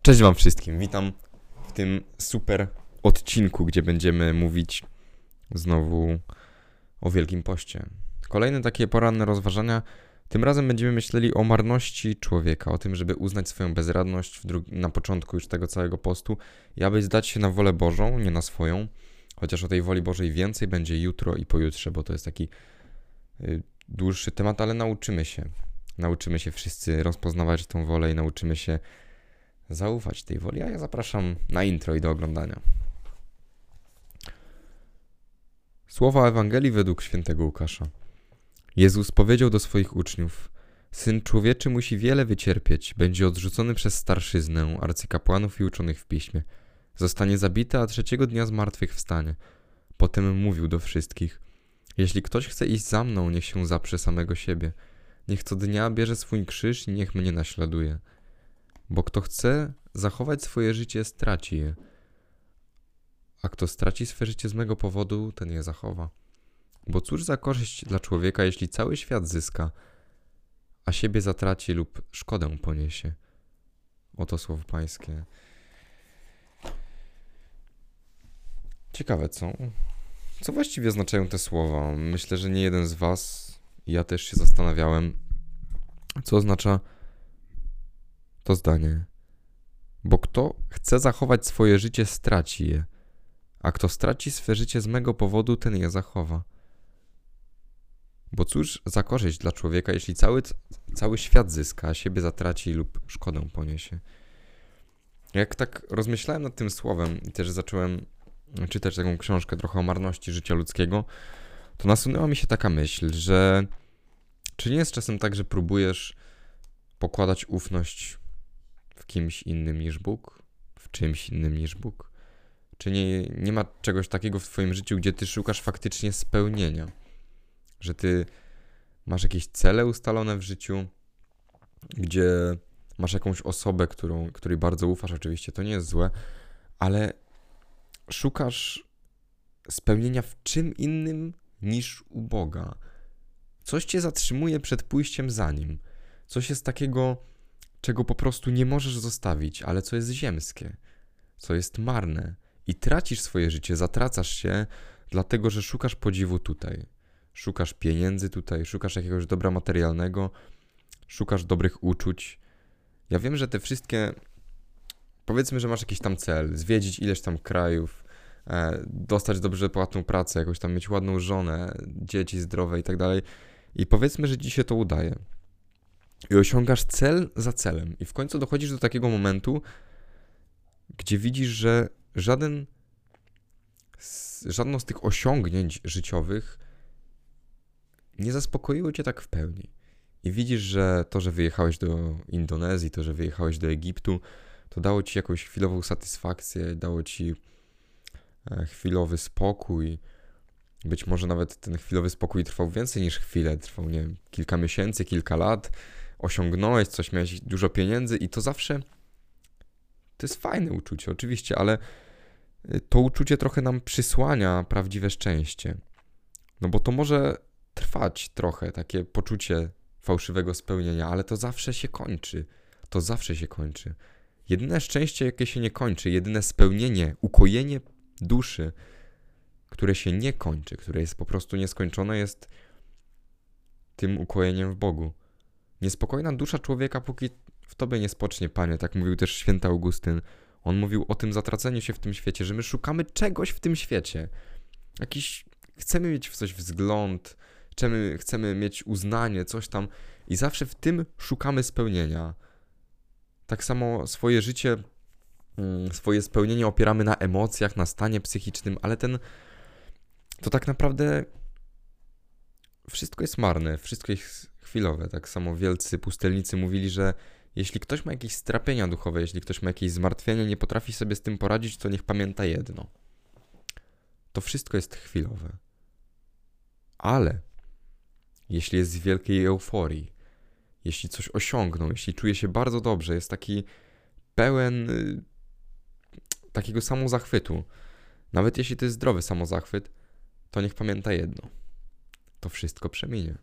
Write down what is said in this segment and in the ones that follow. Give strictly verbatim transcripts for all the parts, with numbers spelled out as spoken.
Cześć wam wszystkim, witam w tym super odcinku, gdzie będziemy mówić znowu o Wielkim Poście. Kolejne takie poranne rozważania. Tym razem będziemy myśleli o marności człowieka, o tym, żeby uznać swoją bezradność w dru- na początku już tego całego postu i aby zdać się na wolę Bożą, nie na swoją. Chociaż o tej woli Bożej więcej będzie jutro i pojutrze, bo to jest taki y, dłuższy temat, ale nauczymy się. Nauczymy się wszyscy rozpoznawać tą wolę i nauczymy się zaufać tej woli, a ja zapraszam na intro i do oglądania. Słowa Ewangelii według świętego Łukasza. Jezus powiedział do swoich uczniów: Syn Człowieczy musi wiele wycierpieć, będzie odrzucony przez starszyznę, arcykapłanów i uczonych w piśmie. Zostanie zabity, a trzeciego dnia zmartwychwstanie. Potem mówił do wszystkich: Jeśli ktoś chce iść za mną, niech się zaprze samego siebie. Niech co dnia bierze swój krzyż i niech mnie naśladuje. Bo kto chce zachować swoje życie, straci je. A kto straci swe życie z mego powodu, ten je zachowa. Bo cóż za korzyść dla człowieka, jeśli cały świat zyska, a siebie zatraci lub szkodę poniesie. Oto słowo pańskie. Ciekawe, co? Co właściwie oznaczają te słowa? Myślę, że nie jeden z was, ja też się zastanawiałem, co oznacza to zdanie. Bo kto chce zachować swoje życie, straci je, a kto straci swe życie z mego powodu, ten je zachowa. Bo cóż za korzyść dla człowieka, jeśli cały, cały świat zyska, a siebie zatraci lub szkodę poniesie. Jak tak rozmyślałem nad tym słowem i też zacząłem czytać taką książkę trochę o marności życia ludzkiego, to nasunęła mi się taka myśl, że czy nie jest czasem tak, że próbujesz pokładać ufność w kimś innym niż Bóg? W czymś innym niż Bóg? Czy nie, nie ma czegoś takiego w twoim życiu, gdzie ty szukasz faktycznie spełnienia? Że ty masz jakieś cele ustalone w życiu, gdzie masz jakąś osobę, którą, której bardzo ufasz, oczywiście to nie jest złe, ale szukasz spełnienia w czym innym niż u Boga. Coś cię zatrzymuje przed pójściem za Nim. Coś jest takiego, czego po prostu nie możesz zostawić, ale co jest ziemskie, co jest marne i tracisz swoje życie, zatracasz się, dlatego że szukasz podziwu tutaj. Szukasz pieniędzy tutaj, szukasz jakiegoś dobra materialnego, szukasz dobrych uczuć. Ja wiem, że te wszystkie, powiedzmy, że masz jakiś tam cel, zwiedzić ileś tam krajów, e, dostać dobrze płatną pracę, jakoś tam mieć ładną żonę, dzieci zdrowe i tak dalej. I powiedzmy, że ci się to udaje. I osiągasz cel za celem. I w końcu dochodzisz do takiego momentu, gdzie widzisz, że żaden z, żadno z tych osiągnięć życiowych nie zaspokoiło cię tak w pełni. I widzisz, że to, że wyjechałeś do Indonezji, to, że wyjechałeś do Egiptu, to dało ci jakąś chwilową satysfakcję, dało ci chwilowy spokój. Być może nawet ten chwilowy spokój trwał więcej niż chwilę, trwał, nie wiem, kilka miesięcy, kilka lat. Osiągnąłeś coś, miałeś dużo pieniędzy i to zawsze, to jest fajne uczucie oczywiście, ale to uczucie trochę nam przysłania prawdziwe szczęście. No bo to może trwać trochę, takie poczucie fałszywego spełnienia, ale to zawsze się kończy. To zawsze się kończy. Jedyne szczęście, jakie się nie kończy, jedyne spełnienie, ukojenie duszy, które się nie kończy, które jest po prostu nieskończone, jest tym ukojeniem w Bogu. Niespokojna dusza człowieka, póki w tobie nie spocznie, Panie, tak mówił też święty Augustyn. On mówił o tym zatraceniu się w tym świecie, że my szukamy czegoś w tym świecie. Jakiś, chcemy mieć w coś wzgląd, chcemy, chcemy mieć uznanie, coś tam i zawsze w tym szukamy spełnienia. Tak samo swoje życie, swoje spełnienie opieramy na emocjach, na stanie psychicznym, ale ten, to tak naprawdę wszystko jest marne, wszystko jest chwilowe. Tak samo wielcy pustelnicy mówili, że jeśli ktoś ma jakieś strapienia duchowe, jeśli ktoś ma jakieś zmartwienie, nie potrafi sobie z tym poradzić, to niech pamięta jedno. To wszystko jest chwilowe. Ale jeśli jest w wielkiej euforii, jeśli coś osiągnął, jeśli czuje się bardzo dobrze, jest taki pełen y, takiego samozachwytu, nawet jeśli to jest zdrowy samozachwyt, to niech pamięta jedno. To wszystko przeminie.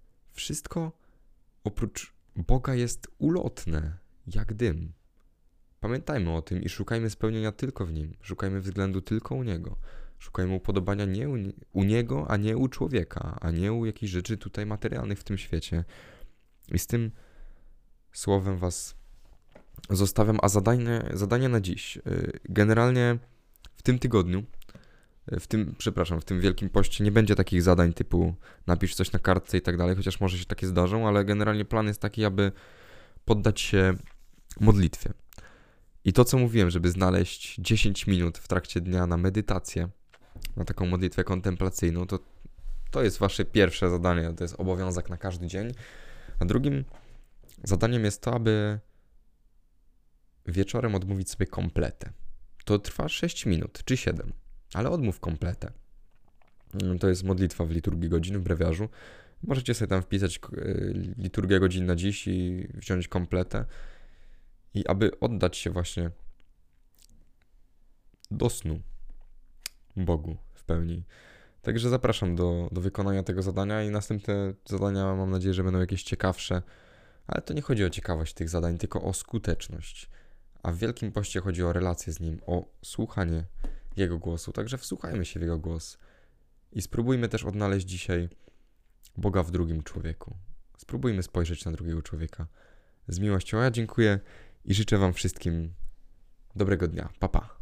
Wszystko oprócz Boga jest ulotne, jak dym. pamiętajmy o tym i szukajmy spełnienia tylko w Nim. Szukajmy względu tylko u Niego. Szukajmy upodobania nie u, u Niego, a nie u człowieka, a nie u jakichś rzeczy tutaj materialnych w tym świecie. I z tym słowem was zostawiam, a zadanie, zadanie na dziś. Generalnie w tym tygodniu, w tym, przepraszam, w tym Wielkim Poście nie będzie takich zadań typu napisz coś na kartce i tak dalej, chociaż może się takie zdarzą, ale generalnie plan jest taki, aby poddać się modlitwie. I to, co mówiłem, żeby znaleźć dziesięć minut w trakcie dnia na medytację, na taką modlitwę kontemplacyjną, to to jest wasze pierwsze zadanie, to jest obowiązek na każdy dzień. A drugim zadaniem jest to, aby wieczorem odmówić sobie kompletę. To trwa sześć minut, czy siedem, ale odmów kompletę. To jest modlitwa w liturgii godzin, w brewiarzu. Możecie sobie tam wpisać liturgię godzin na dziś i wziąć kompletę. I aby oddać się właśnie do snu Bogu w pełni. Także zapraszam do, do wykonania tego zadania i następne zadania mam nadzieję, że będą jakieś ciekawsze. Ale to nie chodzi o ciekawość tych zadań, tylko o skuteczność. A w Wielkim Poście chodzi o relację z Nim, o słuchanie Jego głosu. Także wsłuchajmy się w Jego głos i spróbujmy też odnaleźć dzisiaj Boga w drugim człowieku. Spróbujmy spojrzeć na drugiego człowieka z miłością. A ja dziękuję i życzę wam wszystkim dobrego dnia. Pa, pa.